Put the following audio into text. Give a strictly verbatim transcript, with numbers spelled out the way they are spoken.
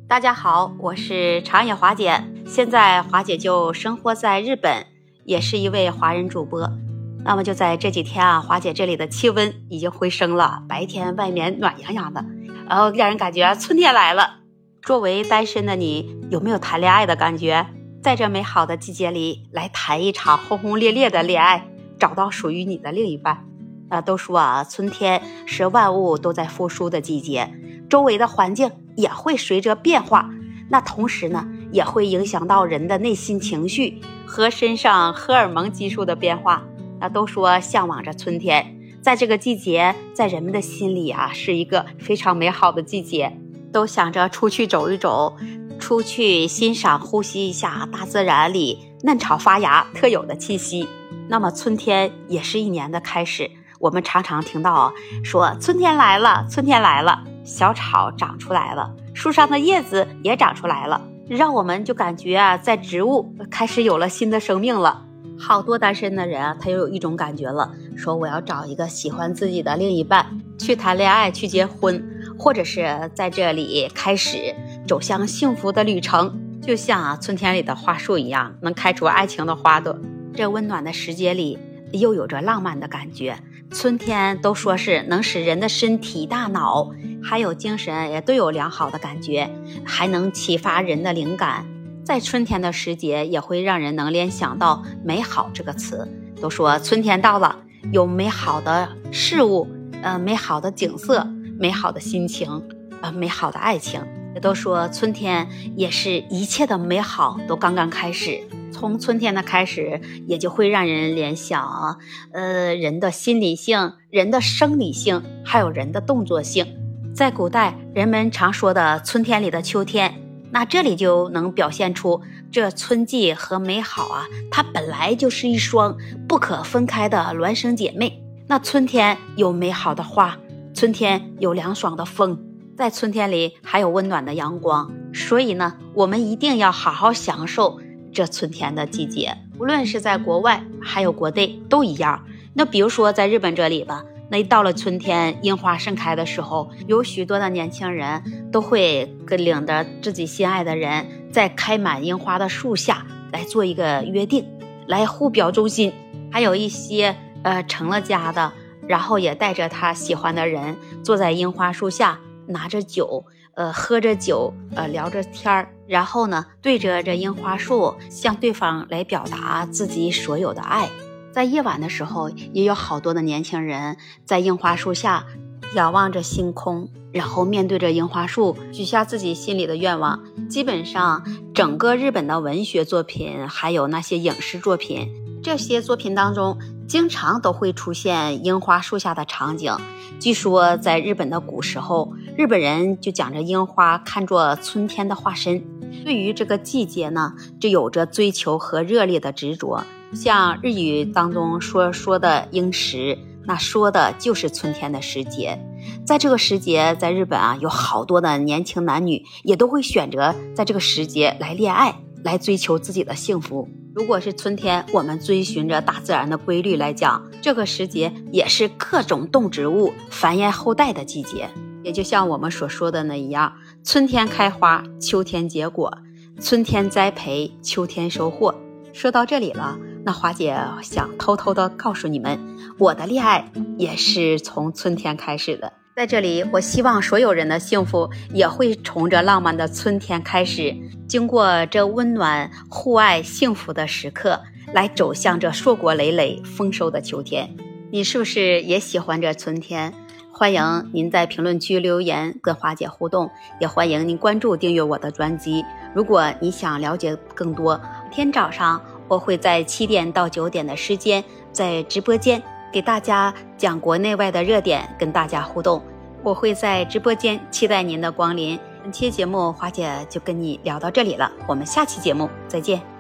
大家好，我是长野华姐，现在华姐就生活在日本，也是一位华人主播。那么就在这几天啊，华姐这里的气温已经回升了，白天外面暖洋洋的，然后让人感觉春天来了。作为单身的你，有没有谈恋爱的感觉？在这美好的季节里，来谈一场轰轰烈烈的恋爱，找到属于你的另一半。啊，都说啊，春天是万物都在复苏的季节，周围的环境也会随着变化，那同时呢，也会影响到人的内心情绪和身上荷尔蒙激素的变化。那都说向往着春天，在这个季节，在人们的心里啊，是一个非常美好的季节，都想着出去走一走，出去欣赏呼吸一下大自然里嫩草发芽特有的气息。那么春天也是一年的开始，我们常常听到说春天来了，春天来了，小草长出来了，树上的叶子也长出来了，让我们就感觉啊，在植物开始有了新的生命了。好多单身的人啊，他又有一种感觉了，说我要找一个喜欢自己的另一半，去谈恋爱，去结婚，或者是在这里开始走向幸福的旅程，就像啊春天里的花束一样，能开出爱情的花朵。这温暖的时节里，又有着浪漫的感觉。春天都说是能使人的身体、大脑还有精神也都有良好的感觉，还能启发人的灵感。在春天的时节，也会让人能联想到美好这个词。都说春天到了，有美好的事物，呃，美好的景色，美好的心情，呃，美好的爱情。也都说春天也是一切的美好都刚刚开始。从春天的开始，也就会让人联想呃，人的心理性、人的生理性，还有人的动作性。在古代，人们常说的春天里的秋天，那这里就能表现出这春季和美好啊，它本来就是一双不可分开的孪生姐妹。那春天有美好的花，春天有凉爽的风，在春天里还有温暖的阳光。所以呢，我们一定要好好享受这春天的季节，无论是在国外还有国内都一样。那比如说在日本这里吧，那一到了春天樱花盛开的时候，有许多的年轻人都会跟领着自己心爱的人在开满樱花的树下来做一个约定，来互表忠心。还有一些呃成了家的，然后也带着他喜欢的人坐在樱花树下，拿着酒呃，喝着酒，呃，聊着天儿，然后呢，对着这樱花树，向对方来表达自己所有的爱。在夜晚的时候，也有好多的年轻人在樱花树下仰望着星空，然后面对着樱花树，许下自己心里的愿望。基本上，整个日本的文学作品，还有那些影视作品，这些作品当中，经常都会出现樱花树下的场景。据说在日本的古时候，日本人就将这樱花看作春天的化身，对于这个季节呢，就有着追求和热烈的执着。像日语当中说说的樱时，那说的就是春天的时节。在这个时节，在日本啊，有好多的年轻男女也都会选择在这个时节来恋爱，来追求自己的幸福。如果是春天，我们追寻着大自然的规律来讲，这个时节也是各种动植物繁衍后代的季节。也就像我们所说的那一样，春天开花，秋天结果，春天栽培，秋天收获。说到这里了，那华姐想偷偷的告诉你们，我的恋爱也是从春天开始的。在这里，我希望所有人的幸福也会从这浪漫的春天开始，经过这温暖、互爱、幸福的时刻，来走向这硕果累累、丰收的秋天。你是不是也喜欢这春天？欢迎您在评论区留言跟华姐互动，也欢迎您关注订阅我的专辑。如果你想了解更多，每天早上我会在七点到九点的时间在直播间给大家讲国内外的热点，跟大家互动。我会在直播间期待您的光临。本期节目华姐就跟你聊到这里了，我们下期节目再见。